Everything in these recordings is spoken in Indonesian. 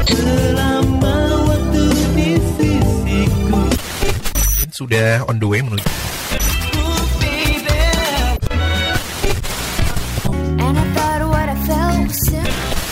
selama waktu di sisiku. Sudah on the way menuju. And I thought what I felt was simple.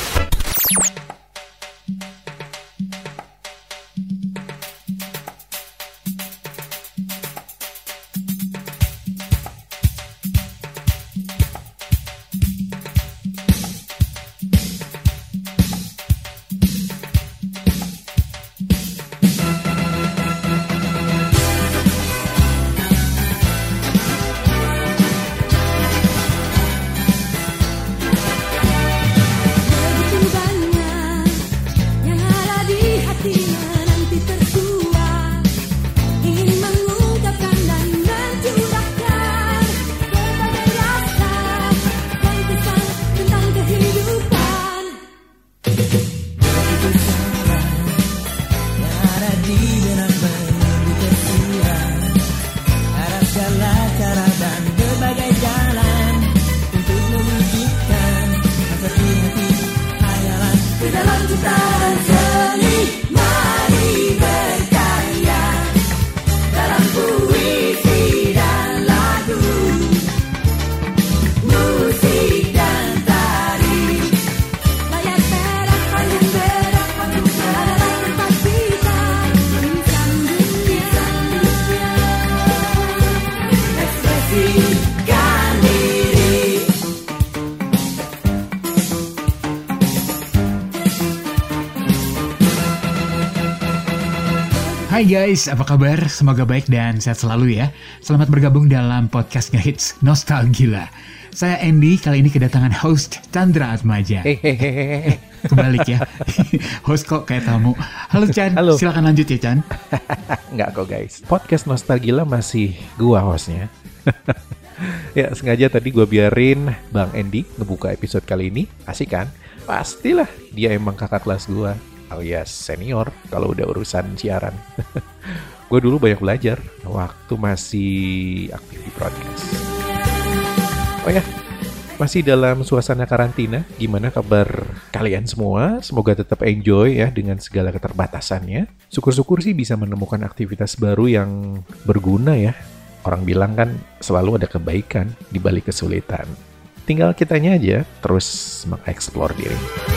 Hai guys, apa kabar? Semoga baik dan sehat selalu ya. Selamat bergabung dalam podcast Ngehits Nostalgila. Saya Andy, kali ini kedatangan host Chandra Atmaja. Kebalik ya. Host kok kayak tamu. Halo Chan, Halo. Silakan lanjut ya Chan. Enggak kok guys, podcast Nostalgila masih gua hostnya. Ya sengaja tadi gua biarin Bang Andy ngebuka episode kali ini. Asik kan? Pastilah dia emang kakak kelas gua, alias senior kalau udah urusan siaran. Gue dulu banyak belajar waktu masih aktif di broadcast. Oh ya, masih dalam suasana karantina. Gimana kabar kalian semua? Semoga tetap enjoy ya dengan segala keterbatasannya. Syukur-syukur sih bisa menemukan aktivitas baru yang berguna ya. Orang bilang kan selalu ada kebaikan di balik kesulitan. Tinggal kitanya aja terus mengeksplor diri.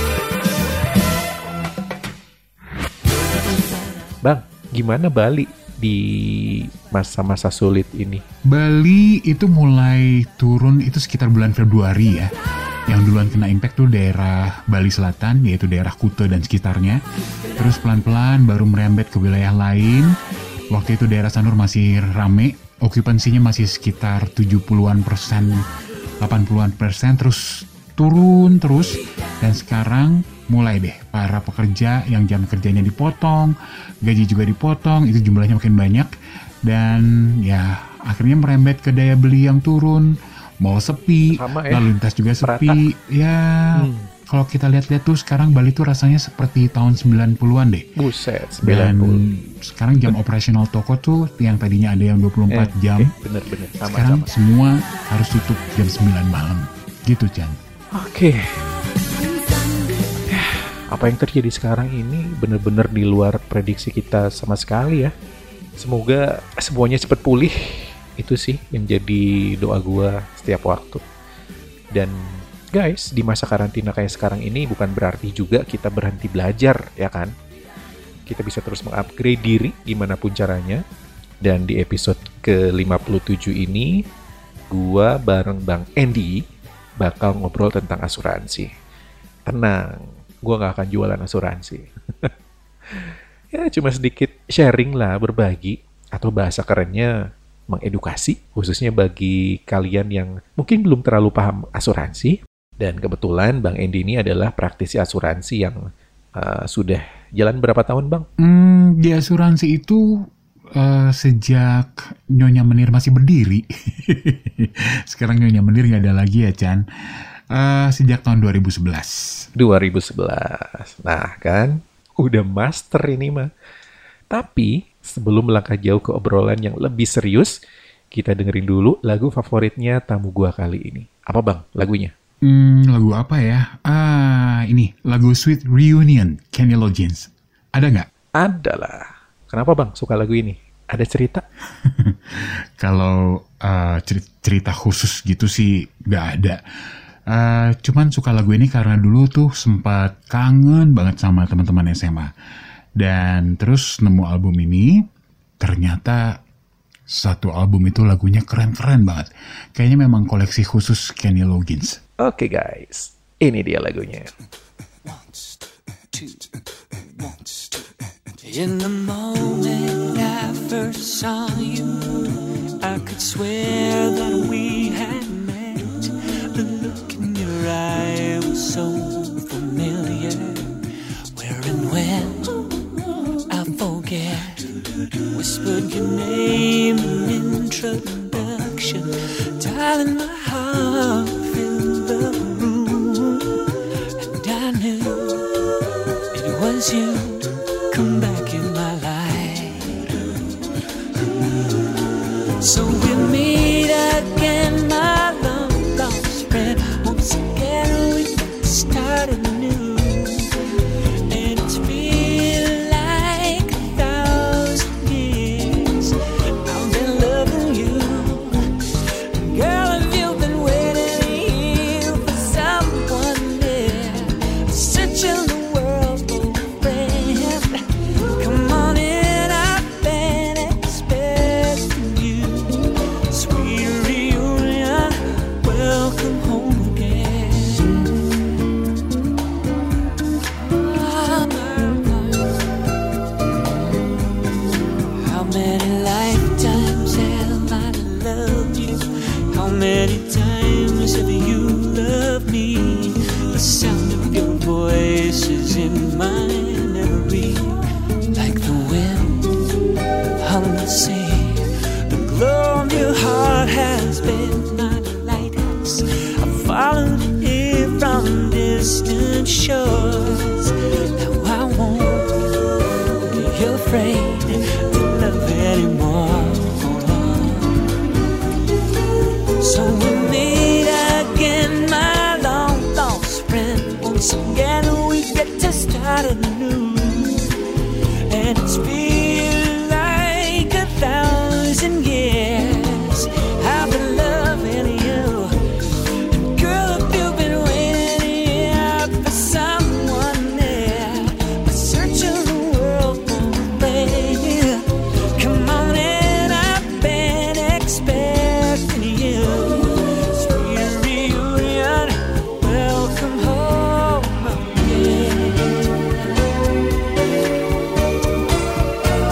Bang, gimana Bali di masa-masa sulit ini? Bali itu mulai turun itu sekitar bulan Februari ya. Yang duluan kena impact tuh daerah Bali Selatan, yaitu daerah Kuta dan sekitarnya. Terus pelan-pelan baru merembet ke wilayah lain. Waktu itu daerah Sanur masih rame, okupansinya masih sekitar 70-an persen, 80-an persen, terus turun terus. Dan sekarang mulai deh para pekerja yang jam kerjanya dipotong, gaji juga dipotong, itu jumlahnya makin banyak. Dan ya akhirnya merembet ke daya beli yang turun, mall sepi, Sama ya, lalu lintas juga sepi. Ya kalau kita lihat-lihat tuh sekarang Bali tuh rasanya seperti tahun 90-an deh. Buset, Dan 90. sekarang jam operasional toko tuh yang tadinya ada yang 24 jam, Bener-bener, sekarang sama-sama. semua harus tutup jam 9 malam. Gitu Chan. Oke. Apa yang terjadi sekarang ini benar-benar di luar prediksi kita sama sekali ya. Semoga semuanya cepat pulih. Itu sih yang jadi doa gua setiap waktu. Dan guys, di masa karantina kayak sekarang ini bukan berarti juga kita berhenti belajar, ya kan? Kita bisa terus mengupgrade diri gimana pun caranya. Dan di episode ke-57 ini, gua bareng Bang Andy bakal ngobrol tentang asuransi. Tenang, gue gak akan jualan asuransi. Ya cuma sedikit sharing lah, berbagi. Atau bahasa kerennya mengedukasi. Khususnya bagi kalian yang mungkin belum terlalu paham asuransi. Dan kebetulan Bang Andy ini adalah praktisi asuransi yang sudah jalan berapa tahun Bang? Di asuransi itu sejak Nyonya Menir masih berdiri. Sekarang Nyonya Menir nggak ada lagi ya Chan. Sejak tahun 2011. 2011. Nah kan, udah master ini mah. Tapi sebelum melangkah jauh ke obrolan yang lebih serius, kita dengerin dulu lagu favoritnya tamu gua kali ini. Apa Bang lagunya? Lagu apa ya? Ini lagu Sweet Reunion, Kenny Loggins. Ada nggak? Ada lah. Kenapa bang suka lagu ini? Ada cerita? Kalau cerita khusus gitu sih nggak ada. Cuman suka lagu ini karena dulu tuh sempat kangen banget sama teman-teman SMA. Dan terus nemu album ini, ternyata satu album itu lagunya keren-keren banget. Kayaknya memang koleksi khusus Kenny Loggins. Oke guys, ini dia lagunya. In the moment I first saw you, I could swear that we had met. The look in your eye was so familiar. Where and when, I forget. Whispered your name in introduction. Darling, my heart filled the room, and I knew it was you. Come back in my life. So we meet again, my long lost friend. Once again we start anew, and it's feel like 1,000 years I've been loving you. Girl, have you been waiting here for someone there, searching the world for a friend? Come on in, I've been expecting you. Sweet reunion, welcome home again. How many lifetimes have I loved you? How many times have you loved me? The sound of your voice is in my memory, like the wind on the sea. The glow of your heart has been my lighthouse. I've followed it from distant shores. Now I won't be afraid to love anymore. So we meet again, my long lost friend. Once again we get to start anew, and it's feel like 1,000 years I've been loving you. And girl, if you've been waiting here for someone there, searching the world for me, come on in, I've been expecting you. Sweet reunion, welcome home again.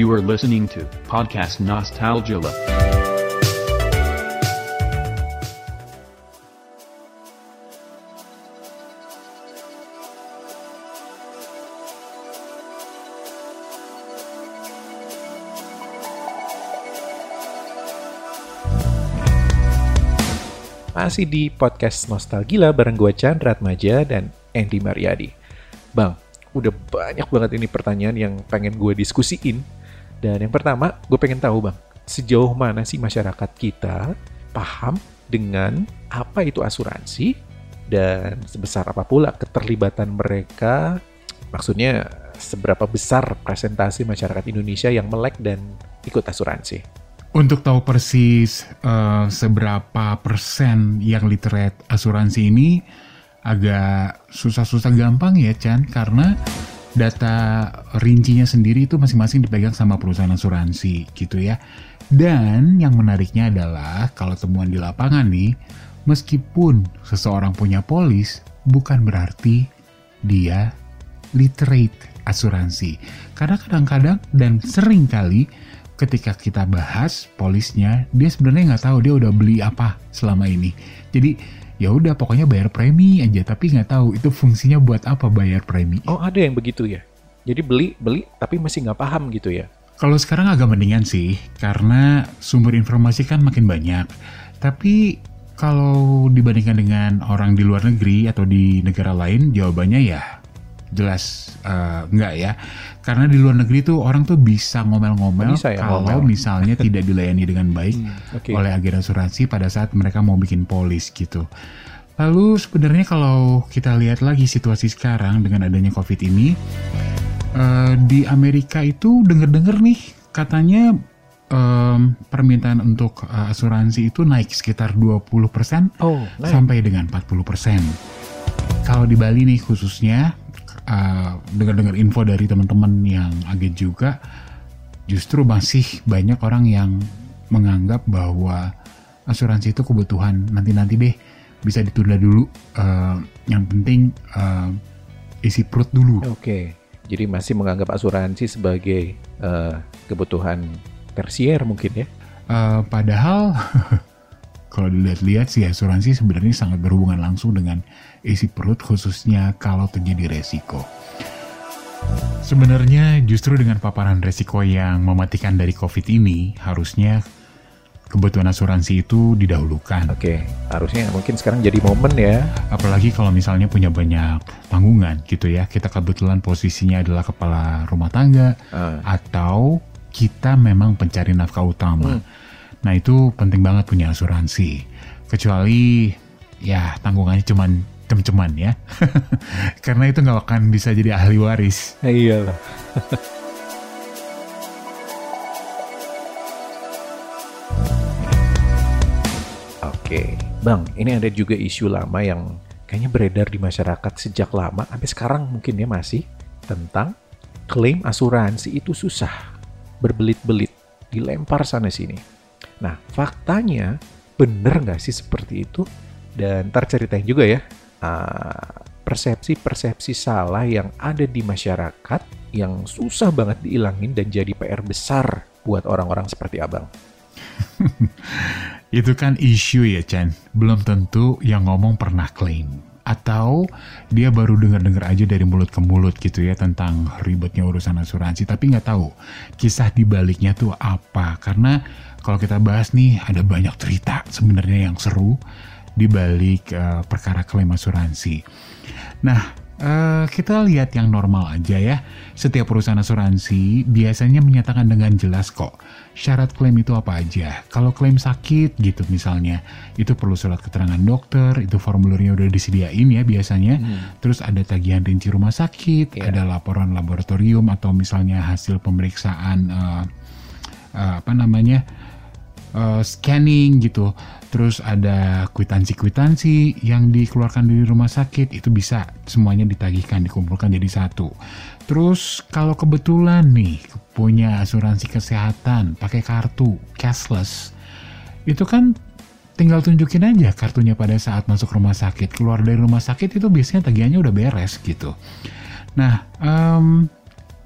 You are listening to Podcast Nostalgia. Masih di podcast Nostalgila bareng gue Chandra Atmaja dan Andy Mariadi. Bang, udah banyak banget ini pertanyaan yang pengen gue diskusiin. Dan yang pertama, gue pengen tahu bang, sejauh mana sih masyarakat kita paham dengan apa itu asuransi dan sebesar apa pula keterlibatan mereka, maksudnya seberapa besar presentasi masyarakat Indonesia yang melek dan ikut asuransi? Untuk tahu persis seberapa persen yang literate asuransi ini agak susah-susah gampang ya Chan, karena data rincinya sendiri itu masing-masing dipegang sama perusahaan asuransi gitu ya. Dan yang menariknya adalah kalau temuan di lapangan nih, meskipun seseorang punya polis, bukan berarti dia literate asuransi. Karena kadang-kadang dan sering kali ketika kita bahas polisnya, dia sebenarnya nggak tahu dia udah beli apa selama ini. Jadi ya udah pokoknya bayar premi aja, tapi nggak tahu itu fungsinya buat apa bayar premi. Oh ada yang begitu ya? Jadi beli tapi masih nggak paham gitu ya? Kalau sekarang agak mendingan sih, karena sumber informasi kan makin banyak. Tapi kalau dibandingkan dengan orang di luar negeri atau di negara lain, jawabannya ya jelas enggak ya. Karena di luar negeri tuh orang tuh bisa ngomel-ngomel kalau misalnya tidak dilayani dengan baik oleh agen asuransi pada saat mereka mau bikin polis gitu. Lalu sebenarnya kalau kita lihat lagi situasi sekarang dengan adanya COVID ini, di Amerika itu denger-denger nih katanya permintaan untuk asuransi itu naik sekitar 20% sampai dengan 40%. Kalau di Bali nih khususnya, dengar-dengar info dari teman-teman yang agen juga, justru masih banyak orang yang menganggap bahwa asuransi itu kebutuhan nanti-nanti deh, bisa ditunda dulu. Yang penting isi perut dulu. Oke, jadi masih menganggap asuransi sebagai kebutuhan tersier mungkin ya? Padahal kalau dilihat-lihat sih asuransi sebenarnya sangat berhubungan langsung dengan isi perut, khususnya kalau terjadi resiko. Sebenarnya justru dengan paparan resiko yang mematikan dari COVID ini, harusnya kebutuhan asuransi itu didahulukan. Oke, harusnya mungkin sekarang jadi momen ya. Apalagi kalau misalnya punya banyak tanggungan gitu ya. Kita kebetulan posisinya adalah kepala rumah tangga atau kita memang pencari nafkah utama. Nah itu penting banget punya asuransi. Kecuali ya tanggungannya cuman cem-ceman ya. Karena itu nggak akan bisa jadi ahli waris. Iyalah. Oke, Bang, ini ada juga isu lama yang kayaknya beredar di masyarakat sejak lama, sampai sekarang mungkin ya masih, tentang klaim asuransi itu susah, berbelit-belit, dilempar sana-sini. Nah, faktanya bener nggak sih seperti itu? Dan ntar ceritain juga ya, persepsi-persepsi salah yang ada di masyarakat yang susah banget diilangin dan jadi PR besar buat orang-orang seperti abang. Itu kan isu ya Chan, belum tentu yang ngomong pernah klaim. Atau dia baru dengar-dengar aja dari mulut ke mulut gitu ya tentang ribetnya urusan asuransi, tapi nggak tahu kisah di baliknya tuh apa. Karena kalau kita bahas nih ada banyak cerita sebenarnya yang seru di balik perkara klaim asuransi. Nah, kita lihat yang normal aja ya. Setiap perusahaan asuransi biasanya menyatakan dengan jelas kok syarat klaim itu apa aja. Kalau klaim sakit gitu misalnya, itu perlu surat keterangan dokter, itu formulirnya udah disediain ya biasanya. Terus ada tagihan rinci rumah sakit, ada laporan laboratorium atau misalnya hasil pemeriksaan scanning gitu. Terus ada kwitansi-kwitansi yang dikeluarkan dari rumah sakit, itu bisa semuanya ditagihkan, dikumpulkan jadi satu. Terus kalau kebetulan nih punya asuransi kesehatan pakai kartu cashless, itu kan tinggal tunjukin aja kartunya pada saat masuk rumah sakit. Keluar dari rumah sakit itu biasanya tagihannya udah beres gitu. Nah,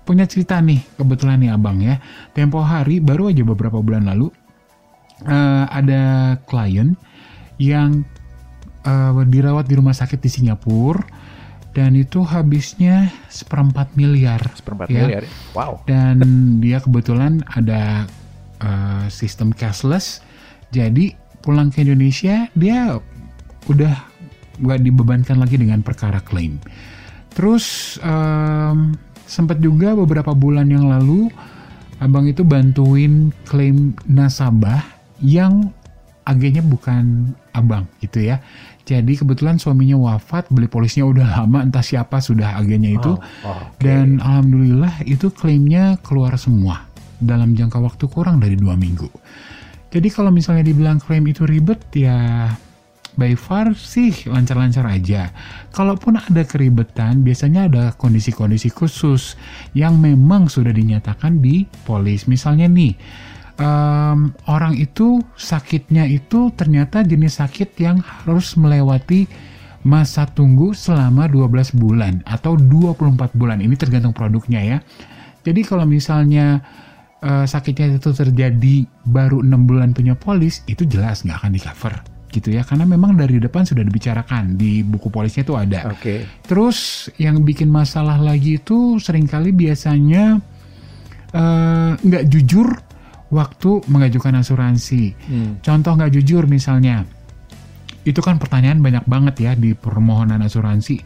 punya cerita nih kebetulan nih abang ya. Tempo hari baru aja beberapa bulan lalu ada klien yang dirawat di rumah sakit di Singapura dan itu habisnya 1/4 miliar. 1/4 ya. miliar. Wow. Dan dia kebetulan ada sistem cashless. Jadi pulang ke Indonesia dia udah gak dibebankan lagi dengan perkara klaim. Terus sempat juga beberapa bulan yang lalu abang itu bantuin klaim nasabah yang agennya bukan abang gitu ya. Jadi kebetulan suaminya wafat, beli polisnya udah lama, entah siapa sudah agennya itu. Okay. Dan alhamdulillah itu klaimnya keluar semua dalam jangka waktu kurang dari 2 minggu. Jadi kalau misalnya dibilang klaim itu ribet ya by far sih lancar-lancar aja. Kalaupun ada keribetan biasanya ada kondisi-kondisi khusus yang memang sudah dinyatakan di polis. Misalnya nih orang itu sakitnya itu ternyata jenis sakit yang harus melewati masa tunggu selama 12 bulan atau 24 bulan. Ini tergantung produknya ya. Jadi kalau misalnya sakitnya itu terjadi baru 6 bulan punya polis, itu jelas nggak akan di cover gitu ya, karena memang dari depan sudah dibicarakan di buku polisnya itu ada. Oke. Terus yang bikin masalah lagi itu seringkali biasanya nggak jujur waktu mengajukan asuransi. Contoh nggak jujur misalnya, itu kan pertanyaan banyak banget ya di permohonan asuransi.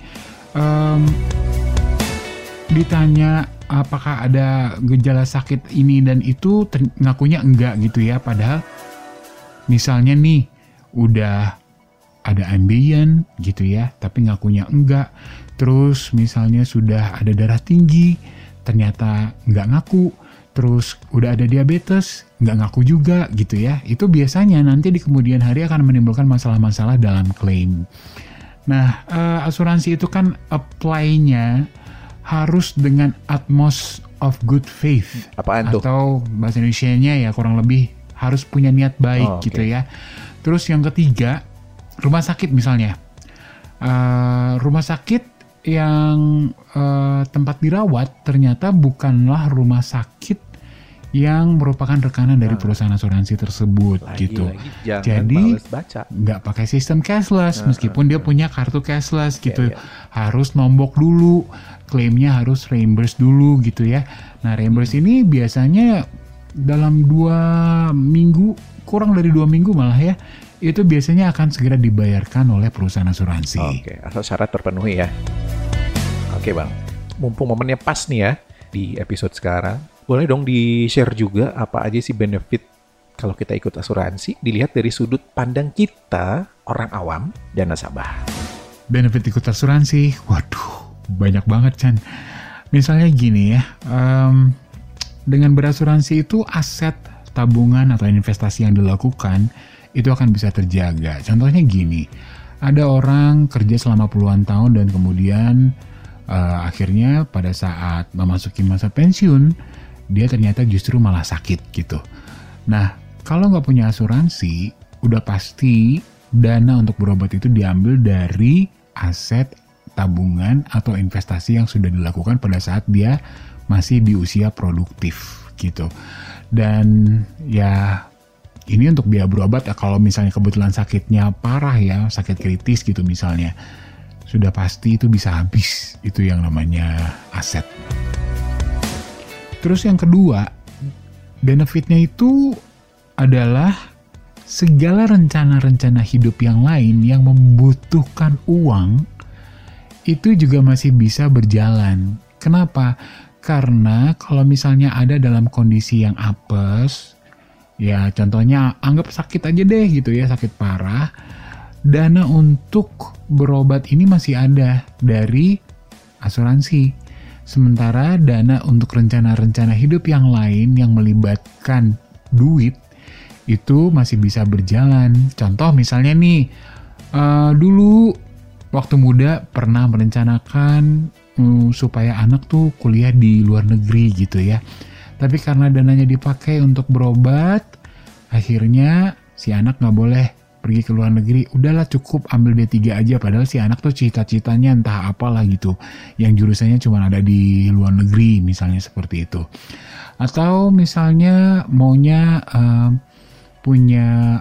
Ditanya apakah ada gejala sakit ini dan itu, ngakunya enggak gitu ya. Padahal misalnya nih udah ada ambien gitu ya, tapi ngakunya enggak. Terus misalnya sudah ada darah tinggi, ternyata enggak ngaku. Terus udah ada diabetes, nggak ngaku juga gitu ya. Itu biasanya nanti di kemudian hari akan menimbulkan masalah-masalah dalam klaim. Nah, asuransi itu kan apply-nya harus dengan utmost of good faith. Apaan tuh? Atau bahasa Indonesianya ya kurang lebih harus punya niat baik gitu ya. Terus yang ketiga, rumah sakit misalnya. Rumah sakit yang tempat dirawat ternyata bukanlah rumah sakit yang merupakan rekanan dari perusahaan asuransi tersebut gitu. Jadi nggak pakai sistem cashless meskipun dia punya kartu cashless gitu. Harus nombok dulu, klaimnya harus reimburse dulu gitu ya. Nah reimburse ini biasanya dalam 2 minggu, kurang dari 2 minggu malah ya, itu biasanya akan segera dibayarkan oleh perusahaan asuransi. Oke, asal syarat terpenuhi ya. Oke bang, mumpung momennya pas nih ya di episode sekarang, boleh dong di-share juga apa aja sih benefit kalau kita ikut asuransi, dilihat dari sudut pandang kita, orang awam dan nasabah. Benefit ikut asuransi, waduh banyak banget Chan. Misalnya gini ya, dengan berasuransi itu aset tabungan atau investasi yang dilakukan itu akan bisa terjaga. Contohnya gini, ada orang kerja selama puluhan tahun dan kemudian akhirnya pada saat memasuki masa pensiun, dia ternyata justru malah sakit gitu. Nah, kalau nggak punya asuransi, udah pasti dana untuk berobat itu diambil dari aset tabungan atau investasi yang sudah dilakukan pada saat dia masih di usia produktif gitu. Dan ya ini untuk biaya berobat ya, kalau misalnya kebetulan sakitnya parah ya, sakit kritis gitu misalnya, sudah pasti itu bisa habis, itu yang namanya aset. Terus yang kedua, benefitnya itu adalah segala rencana-rencana hidup yang lain yang membutuhkan uang, itu juga masih bisa berjalan. Kenapa? Karena kalau misalnya ada dalam kondisi yang apes, ya contohnya anggap sakit aja deh gitu ya, sakit parah, dana untuk berobat ini masih ada dari asuransi. Sementara dana untuk rencana-rencana hidup yang lain yang melibatkan duit itu masih bisa berjalan. Contoh misalnya nih, dulu waktu muda pernah merencanakan supaya anak tuh kuliah di luar negeri gitu ya. Tapi karena dananya dipakai untuk berobat, akhirnya si anak nggak boleh pergi ke luar negeri, udahlah cukup ambil D3 aja, padahal si anak tuh cita-citanya entah apalah gitu, yang jurusannya cuma ada di luar negeri misalnya seperti itu. Atau misalnya maunya punya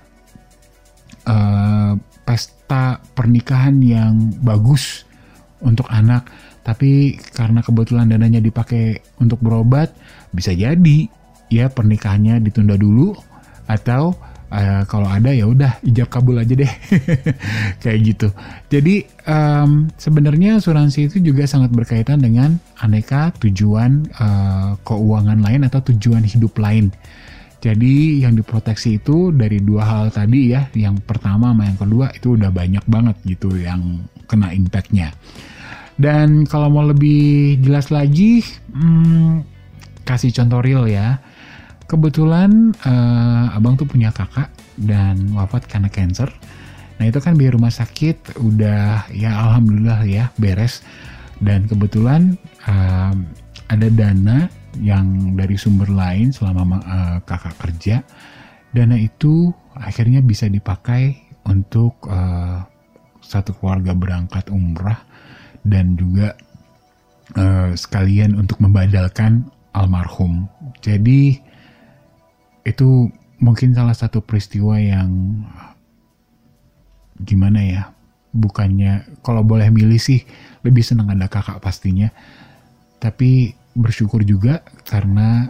pesta pernikahan yang bagus untuk anak, tapi karena kebetulan dananya dipakai untuk berobat, bisa jadi ya pernikahannya ditunda dulu, atau kalau ada ya udah ijab kabul aja deh. Kayak gitu. Jadi sebenarnya asuransi itu juga sangat berkaitan dengan aneka tujuan keuangan lain atau tujuan hidup lain. Jadi yang diproteksi itu dari dua hal tadi ya, yang pertama sama yang kedua itu udah banyak banget gitu yang kena impact-nya. Dan kalau mau lebih jelas lagi, kasih contoh real ya. Kebetulan abang tuh punya kakak dan wafat karena cancer. Nah itu kan biaya rumah sakit udah ya alhamdulillah ya beres. Dan kebetulan ada dana yang dari sumber lain selama kakak kerja. Dana itu akhirnya bisa dipakai untuk satu keluarga berangkat umrah dan juga sekalian untuk membadalkan almarhum. Jadi itu mungkin salah satu peristiwa yang gimana ya, bukannya kalau boleh milih sih lebih senang ada kakak pastinya, tapi bersyukur juga karena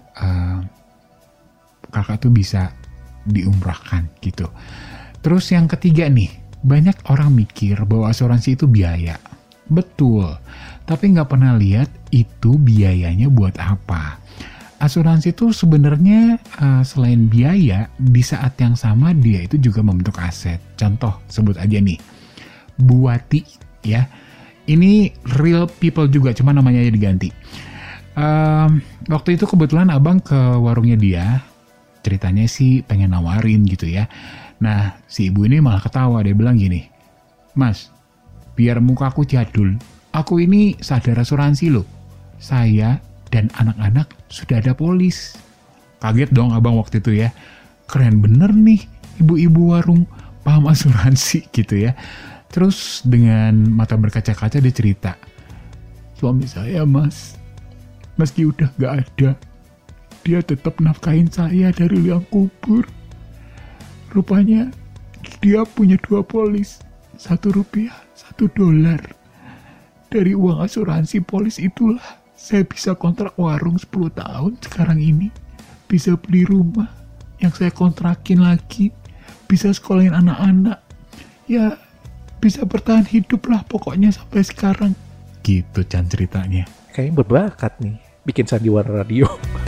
kakak tuh bisa diumrahkan gitu. Terus yang ketiga nih, banyak orang mikir bahwa asuransi itu biaya. Betul, tapi nggak pernah lihat itu biayanya buat apa. Asuransi itu sebenarnya selain biaya, di saat yang sama dia itu juga membentuk aset. Contoh, sebut aja nih, Buati ya. Ini real people juga, cuma namanya aja diganti. Waktu itu kebetulan abang ke warungnya dia, ceritanya sih pengen nawarin gitu ya. Nah, si ibu ini malah ketawa, dia bilang gini, "Mas, biar mukaku jadul, aku ini sadar asuransi loh. Saya dan anak-anak sudah ada polis." Kaget dong abang waktu itu ya. Keren bener nih ibu-ibu warung paham asuransi gitu ya. Terus dengan mata berkaca-kaca dia cerita, "Suami saya mas, meski udah gak ada, dia tetap nafkahin saya dari liang kubur. Rupanya dia punya 2 polis, $1, $1. Dari uang asuransi polis itulah saya bisa kontrak warung 10 tahun sekarang ini. Bisa beli rumah yang saya kontrakin lagi. Bisa sekolahin anak-anak. Ya, bisa bertahan hidup lah pokoknya sampai sekarang." Gitu Chan ceritanya. Kayaknya berbakat nih, bikin sandiwara radio.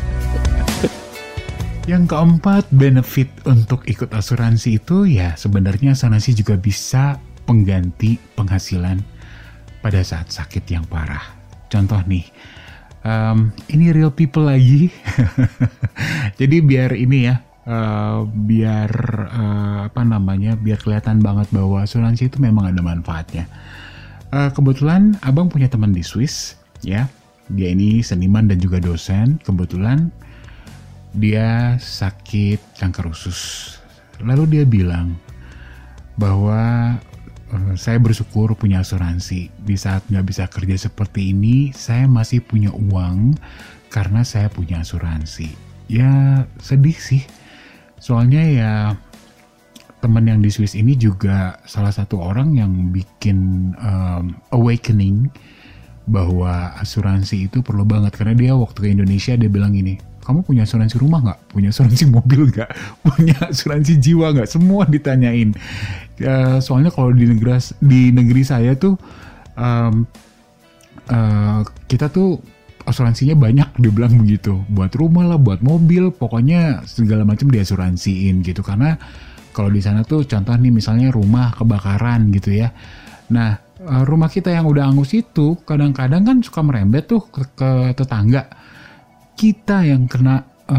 Yang keempat, benefit untuk ikut asuransi itu ya sebenarnya asuransi juga bisa pengganti penghasilan pada saat sakit yang parah. Contoh nih, ini real people lagi. Jadi biar ini ya, biar biar kelihatan banget bahwa asuransi itu memang ada manfaatnya. Kebetulan abang punya teman di Swiss, ya. Dia ini seniman dan juga dosen. Kebetulan dia sakit kanker usus. Lalu dia bilang bahwa saya bersyukur punya asuransi. Di saat nggak bisa kerja seperti ini, saya masih punya uang karena saya punya asuransi. Ya sedih sih. Soalnya ya teman yang di Swiss ini juga salah satu orang yang bikin awakening bahwa asuransi itu perlu banget. Karena dia waktu ke Indonesia dia bilang gini, "Kamu punya asuransi rumah nggak? Punya asuransi mobil nggak? Punya asuransi jiwa nggak?" Semua ditanyain. Soalnya kalau di negeri saya tuh kita tuh asuransinya banyak, dia bilang begitu. Buat rumah lah, buat mobil, pokoknya segala macam diasuransiin gitu. Karena kalau di sana tuh contoh nih misalnya rumah kebakaran gitu ya. Nah, rumah kita yang udah angus itu kadang-kadang kan suka merembet tuh ke tetangga. Kita yang kena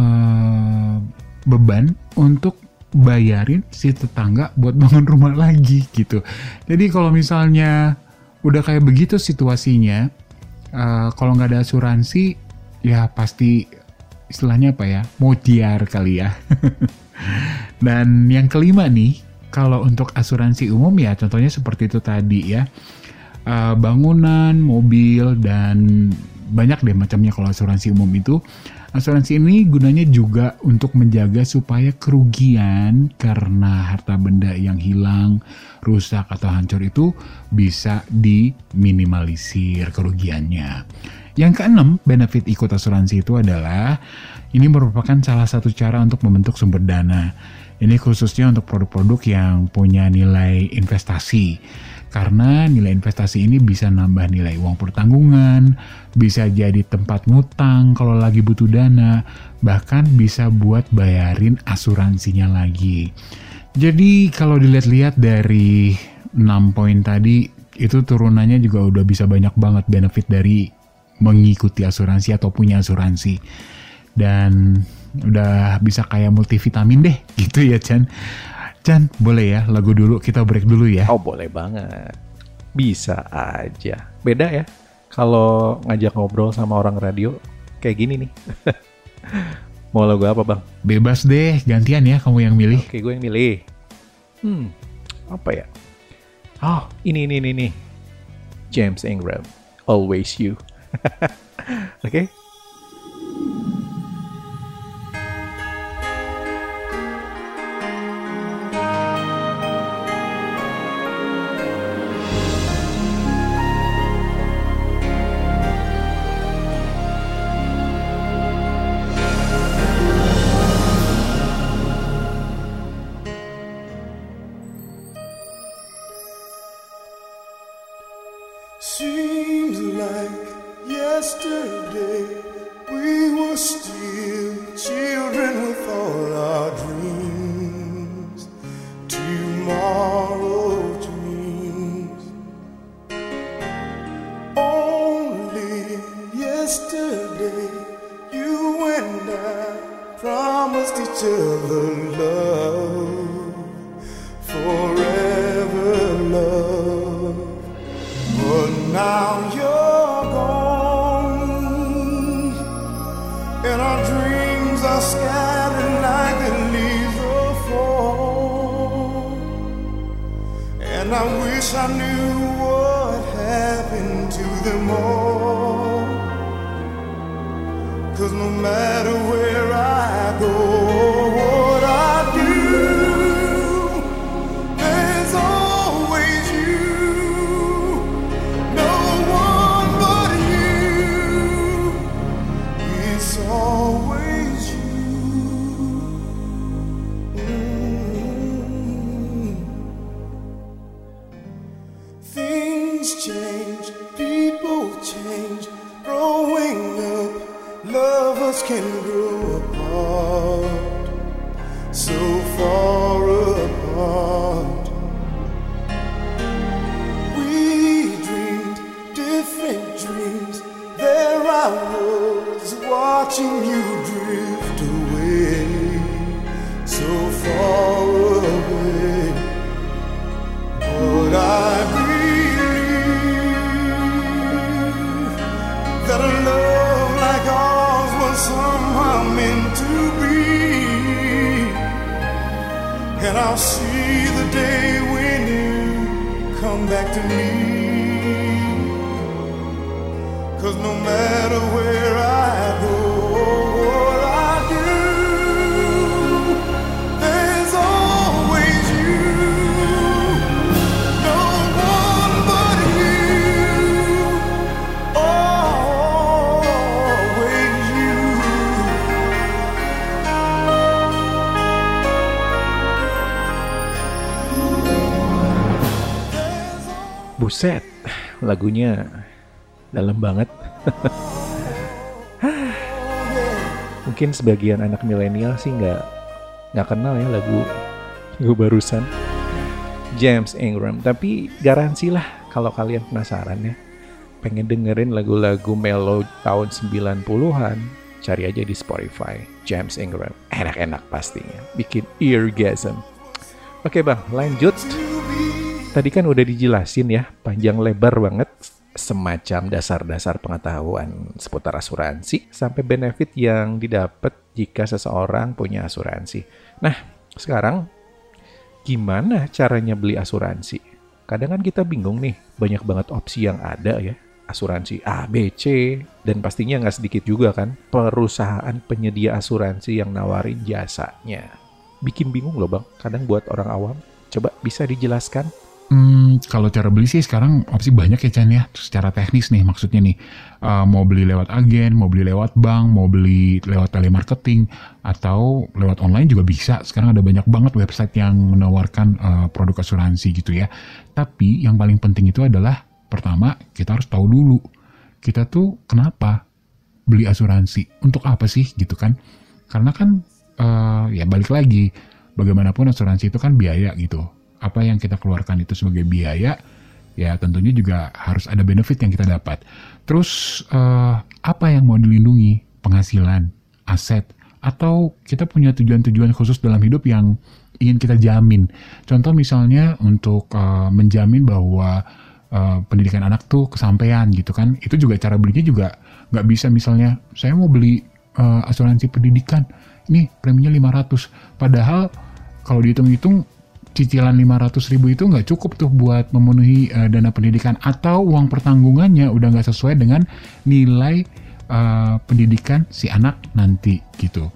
beban untuk bayarin si tetangga buat bangun rumah lagi gitu. Jadi kalau misalnya udah kayak begitu situasinya, kalau nggak ada asuransi, ya pasti istilahnya apa ya, modiar kali ya. Dan yang kelima nih, kalau untuk asuransi umum ya contohnya seperti itu tadi ya. Bangunan, mobil, dan banyak deh macamnya kalau asuransi umum itu. Asuransi ini gunanya juga untuk menjaga supaya kerugian karena harta benda yang hilang, rusak, atau hancur itu bisa diminimalisir kerugiannya. Yang keenam, benefit ikut asuransi itu adalah ini merupakan salah satu cara untuk membentuk sumber dana. Ini khususnya untuk produk-produk yang punya nilai investasi. Karena nilai investasi ini bisa nambah nilai uang pertanggungan, bisa jadi tempat ngutang kalau lagi butuh dana, bahkan bisa buat bayarin asuransinya lagi. Jadi kalau dilihat-lihat dari 6 poin tadi, itu turunannya juga udah bisa banyak banget benefit dari mengikuti asuransi atau punya asuransi. Dan udah bisa kayak multivitamin deh gitu ya Chan. Chan, boleh ya lagu dulu, kita break dulu ya. Oh boleh banget, bisa aja. Beda ya kalau ngajak ngobrol sama orang radio kayak gini nih. Mau lagu apa bang? Bebas deh, gantian ya kamu yang milih. Oke, gue yang milih. Apa ya? Oh, ini. James Ingram, Always You. Oke. Seems like yesterday we were still children with all our dreams, tomorrow dreams. Only yesterday you and I promised each other love, forever love. But now you're gone, and our dreams are scattered like the leaves of fall. And I wish I knew what happened to them all. 'Cause no matter where I go, what I do, there's always you. Always you. Things change, people change. Growing up, lovers can grow apart, so far apart. We dreamed different dreams. There I was, watching you drift away, so far away. But I believe that a love like ours was somehow meant to be. And I'll see the day when you come back to me. 'Cause no matter where I go, what I do, there's always you. No one but you. Always you. Buset, lagunya dalam banget. Mungkin sebagian anak milenial sih nggak kenal ya lagu barusan James Ingram. Tapi garansi lah kalau kalian penasaran ya, pengen dengerin lagu-lagu mellow tahun 90-an, cari aja di Spotify James Ingram. Enak-enak pastinya, bikin eargasm. Oke bang, lanjut. Tadi kan udah dijelasin ya, panjang lebar banget, semacam dasar-dasar pengetahuan seputar asuransi sampai benefit yang didapat jika seseorang punya asuransi. Nah, sekarang Gimana caranya beli asuransi? Kadang kan kita bingung nih, banyak banget opsi yang ada ya. Asuransi A, B, C, dan pastinya nggak sedikit juga kan perusahaan penyedia asuransi yang nawarin jasanya. Bikin bingung loh bang, kadang buat orang awam. Coba bisa dijelaskan? Kalau cara beli sih sekarang opsi banyak ya Chan ya. Secara teknis nih maksudnya nih, mau beli lewat agen, mau beli lewat bank, mau beli lewat telemarketing, atau lewat online juga bisa. Sekarang ada banyak banget website yang menawarkan produk asuransi gitu ya. Tapi yang paling penting itu adalah pertama, kita harus tahu dulu, kita tuh kenapa beli asuransi, untuk apa sih gitu kan. Karena kan ya balik lagi, bagaimanapun asuransi itu kan biaya gitu. Apa yang kita keluarkan itu sebagai biaya, ya tentunya juga harus ada benefit yang kita dapat. Terus apa yang mau dilindungi, penghasilan, aset, atau kita punya tujuan-tujuan khusus dalam hidup yang ingin kita jamin. Contoh misalnya untuk menjamin bahwa pendidikan anak tuh kesampaian gitu kan, itu juga cara belinya juga nggak bisa misalnya saya mau beli asuransi pendidikan, ini preminya 500, padahal kalau dihitung-hitung cicilan 500.000 itu nggak cukup tuh buat memenuhi dana pendidikan, atau uang pertanggungannya udah nggak sesuai dengan nilai pendidikan si anak nanti gitu.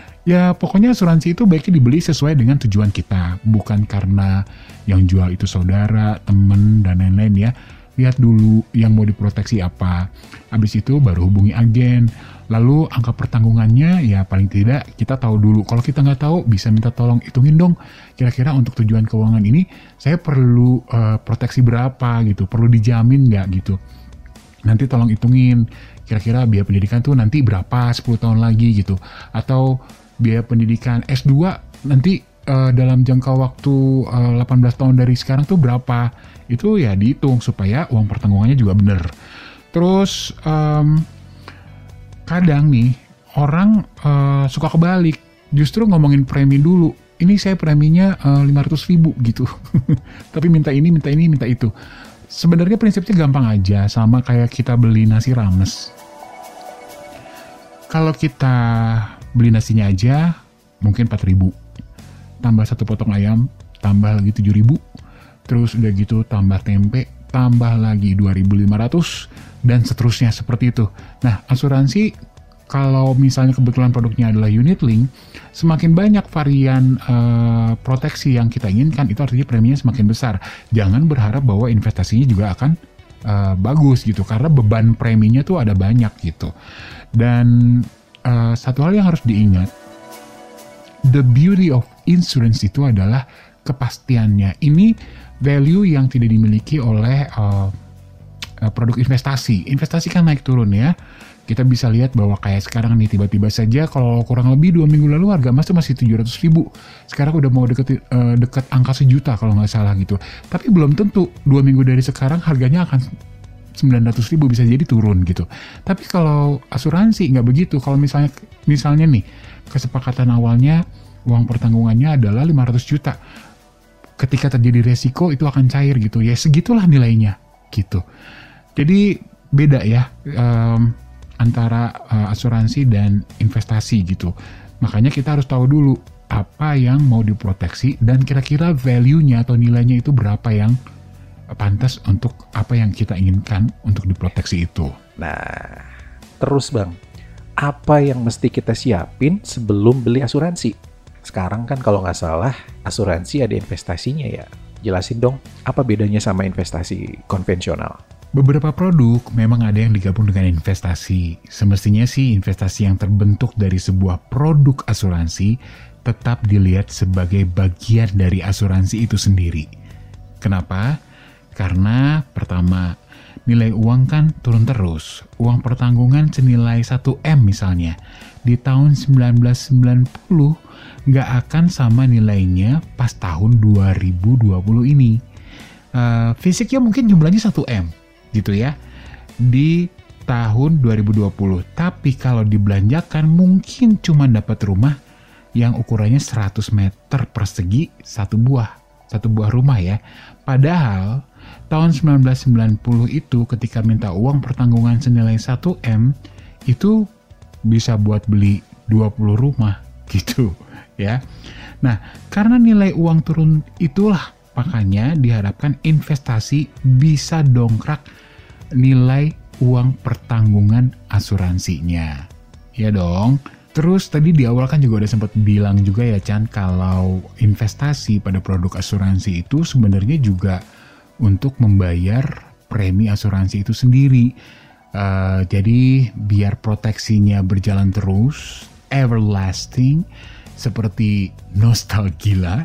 Ya pokoknya asuransi itu baiknya dibeli sesuai dengan tujuan kita, bukan karena yang jual itu saudara, temen, dan lain-lain ya. Lihat dulu yang mau diproteksi apa, habis itu baru hubungi agen. Lalu angka pertanggungannya ya paling tidak kita tahu dulu. Kalau kita nggak tahu bisa minta tolong hitungin dong, kira-kira untuk tujuan keuangan ini saya perlu proteksi berapa gitu, perlu dijamin nggak gitu. Nanti tolong hitungin kira-kira biaya pendidikan tuh nanti berapa 10 tahun lagi gitu, atau biaya pendidikan S2 nanti dalam jangka waktu 18 tahun dari sekarang tuh berapa. Itu ya dihitung supaya uang pertanggungannya juga bener. Terus kadang nih orang suka kebalik, justru ngomongin premi dulu. Ini saya preminya 500.000 gitu. Tapi minta ini, minta itu. Sebenarnya prinsipnya gampang aja, sama kayak kita beli nasi rames. Kalau kita beli nasinya aja mungkin 4.000, tambah 1 potong ayam tambah lagi 7.000, terus udah gitu tambah tempe tambah lagi 2.500, dan seterusnya seperti itu. Nah asuransi kalau misalnya kebetulan produknya adalah unit link, semakin banyak varian proteksi yang kita inginkan, itu artinya preminya semakin besar. Jangan berharap bahwa investasinya juga akan bagus gitu, karena beban preminya tuh ada banyak gitu. Dan satu hal yang harus diingat, the beauty of insurance itu adalah kepastiannya. Ini value yang tidak dimiliki oleh produk investasi. Investasi kan naik turun ya. Kita bisa lihat bahwa kayak sekarang nih, tiba-tiba saja kalau kurang lebih 2 minggu lalu harga emas tuh masih 700.000. Sekarang udah mau deket angka 1 juta kalau nggak salah gitu. Tapi belum tentu 2 minggu dari sekarang harganya akan 900.000, bisa jadi turun gitu. Tapi kalau asuransi nggak begitu. Kalau misalnya nih kesepakatan awalnya uang pertanggungannya adalah 500 juta. Ketika terjadi resiko itu akan cair gitu. Ya segitulah nilainya gitu. Jadi beda ya antara asuransi dan investasi gitu. Makanya kita harus tahu dulu apa yang mau diproteksi dan kira-kira value-nya atau nilainya itu berapa yang pantas untuk apa yang kita inginkan untuk diproteksi itu. Nah, terus bang, apa yang mesti kita siapin sebelum beli asuransi? Sekarang kan kalau nggak salah asuransi ada investasinya ya. Jelasin dong, apa bedanya sama investasi konvensional? Beberapa produk memang ada yang digabung dengan investasi. Semestinya sih investasi yang terbentuk dari sebuah produk asuransi tetap dilihat sebagai bagian dari asuransi itu sendiri. Kenapa? Karena pertama, nilai uang kan turun terus. Uang pertanggungan senilai 1M misalnya. Di tahun 1990 nggak akan sama nilainya pas tahun 2020 ini. Fisiknya mungkin jumlahnya 1M gitu ya di tahun 2020. Tapi kalau dibelanjakan mungkin cuma dapat rumah yang ukurannya 100 meter persegi satu buah rumah ya. Padahal tahun 1990 itu ketika minta uang pertanggungan senilai 1M itu bisa buat beli 20 rumah gitu ya. Nah, karena nilai uang turun itulah makanya diharapkan investasi bisa dongkrak nilai uang pertanggungan asuransinya. Ya dong. Terus tadi di awal kan juga udah sempat bilang juga ya Chan, kalau investasi pada produk asuransi itu sebenarnya juga untuk membayar premi asuransi itu sendiri. Jadi biar proteksinya berjalan terus, everlasting, seperti nostalgia,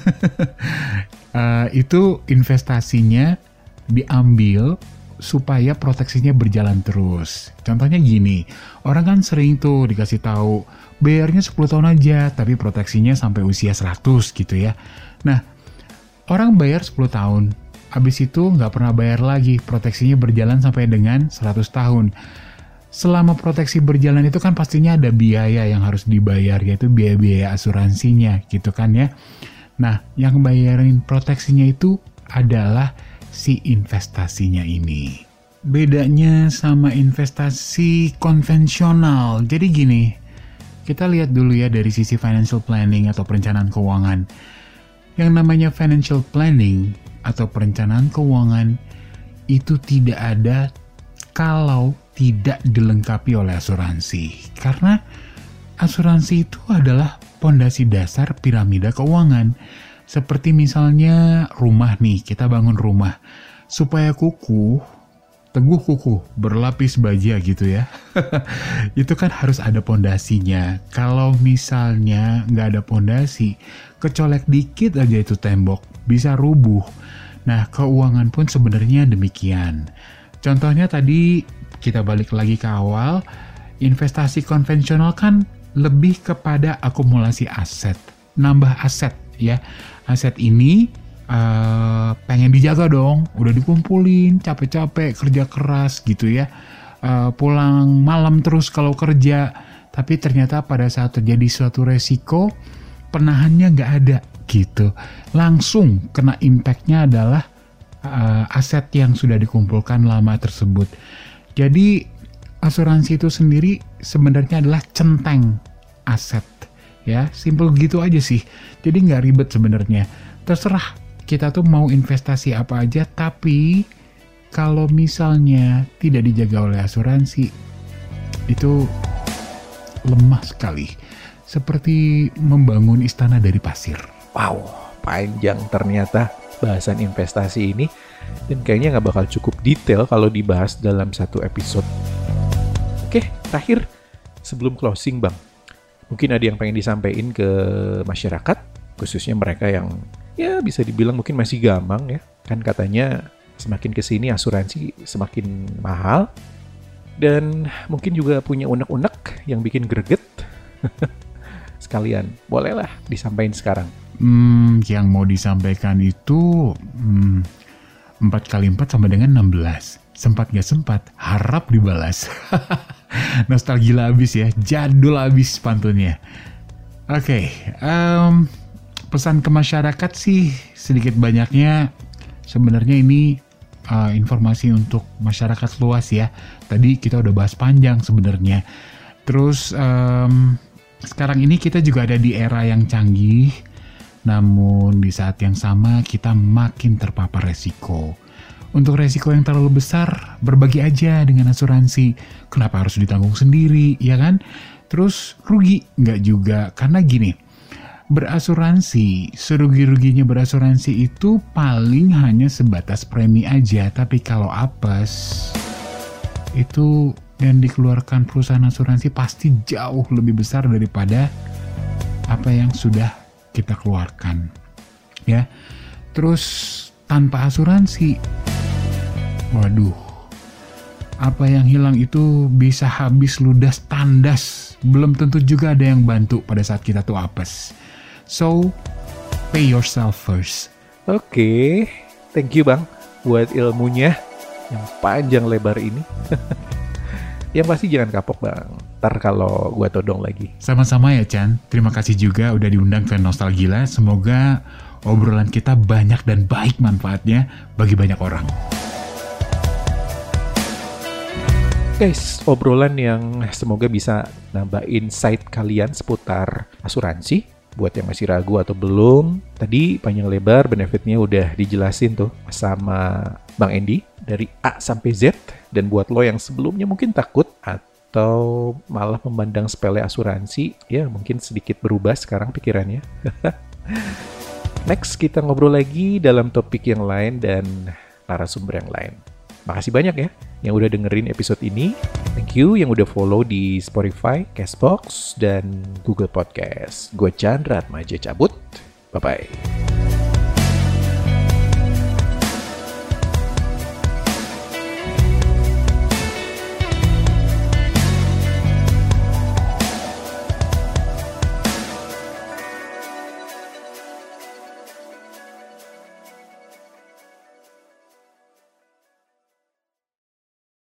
itu investasinya diambil supaya proteksinya berjalan terus. Contohnya gini, orang kan sering tuh dikasih tahu bayarnya 10 tahun aja, tapi proteksinya sampai usia 100 gitu ya. Nah, orang bayar 10 tahun, habis itu nggak pernah bayar lagi, proteksinya berjalan sampai dengan 100 tahun. Selama proteksi berjalan itu kan pastinya ada biaya yang harus dibayar, yaitu biaya-biaya asuransinya gitu kan ya. Nah, yang bayarin proteksinya itu adalah si investasinya ini. Bedanya sama investasi konvensional. Jadi gini, kita lihat dulu ya dari sisi financial planning atau perencanaan keuangan. Yang namanya financial planning atau perencanaan keuangan itu tidak ada kalau tidak dilengkapi oleh asuransi. Karena asuransi itu adalah pondasi dasar piramida keuangan. Seperti misalnya rumah nih, kita bangun rumah. Supaya kukuh, teguh kukuh, berlapis baja gitu ya. Itu kan harus ada pondasinya. Kalau misalnya nggak ada pondasi, kecolek dikit aja itu tembok, bisa rubuh. Nah, keuangan pun sebenarnya demikian. Contohnya tadi, kita balik lagi ke awal, investasi konvensional kan lebih kepada akumulasi aset, nambah aset ya. Aset ini pengen dijaga dong, udah dikumpulin, capek-capek, kerja keras gitu ya, pulang malam terus kalau kerja, tapi ternyata pada saat terjadi suatu resiko, penahannya nggak ada gitu. Langsung kena impact-nya adalah aset yang sudah dikumpulkan lama tersebut. Jadi asuransi itu sendiri sebenarnya adalah centeng aset. Ya, simple gitu aja sih. Jadi nggak ribet sebenarnya. Terserah kita tuh mau investasi apa aja, tapi kalau misalnya tidak dijaga oleh asuransi, itu lemah sekali. Seperti membangun istana dari pasir. Wow, panjang ternyata bahasan investasi ini. Dan kayaknya nggak bakal cukup detail kalau dibahas dalam satu episode. Oke, terakhir sebelum closing Bang. Mungkin ada yang pengen disampaikan ke masyarakat, khususnya mereka yang ya bisa dibilang mungkin masih gamang ya. Kan katanya semakin kesini asuransi semakin mahal. Dan mungkin juga punya unek-unek yang bikin greget. Sekalian, bolehlah disampaikan sekarang. Yang mau disampaikan itu 4 kali 4 sama dengan 16. Sempat gak sempat, harap dibalas. Nostalgia abis ya, jadul abis pantunnya. Oke, pesan ke masyarakat sih sedikit banyaknya sebenarnya ini informasi untuk masyarakat luas ya. Tadi kita udah bahas panjang sebenarnya. Terus sekarang ini kita juga ada di era yang canggih, namun di saat yang sama kita makin terpapar resiko. Untuk resiko yang terlalu besar, berbagi aja dengan asuransi. Kenapa harus ditanggung sendiri, ya kan? Terus rugi? Nggak juga, karena gini, berasuransi, serugi-ruginya berasuransi itu paling hanya sebatas premi aja. Tapi kalau apes, itu yang dikeluarkan perusahaan asuransi pasti jauh lebih besar daripada apa yang sudah kita keluarkan. Ya, terus tanpa asuransi, waduh, apa yang hilang itu bisa habis ludas tandas. Belum tentu juga ada yang bantu pada saat kita tuh apes. So, pay yourself first. Oke, thank you Bang buat ilmunya yang panjang lebar ini. Yang pasti jangan kapok Bang, ntar kalau gua todong lagi. Sama-sama ya Chan, terima kasih juga udah diundang ke Nostalgia. Semoga obrolan kita banyak dan baik manfaatnya bagi banyak orang. Guys, obrolan yang semoga bisa nambah insight kalian seputar asuransi. Buat yang masih ragu atau belum, tadi panjang lebar benefitnya udah dijelasin tuh sama Bang Andy dari A sampai Z. Dan buat lo yang sebelumnya mungkin takut atau malah memandang sepele asuransi, ya mungkin sedikit berubah sekarang pikirannya. Next, kita ngobrol lagi dalam topik yang lain dan narasumber yang lain. Makasih banyak ya yang udah dengerin episode ini. Thank you yang udah follow di Spotify, Castbox, dan Google Podcast. Gue Chandra Atmaja cabut. Bye-bye.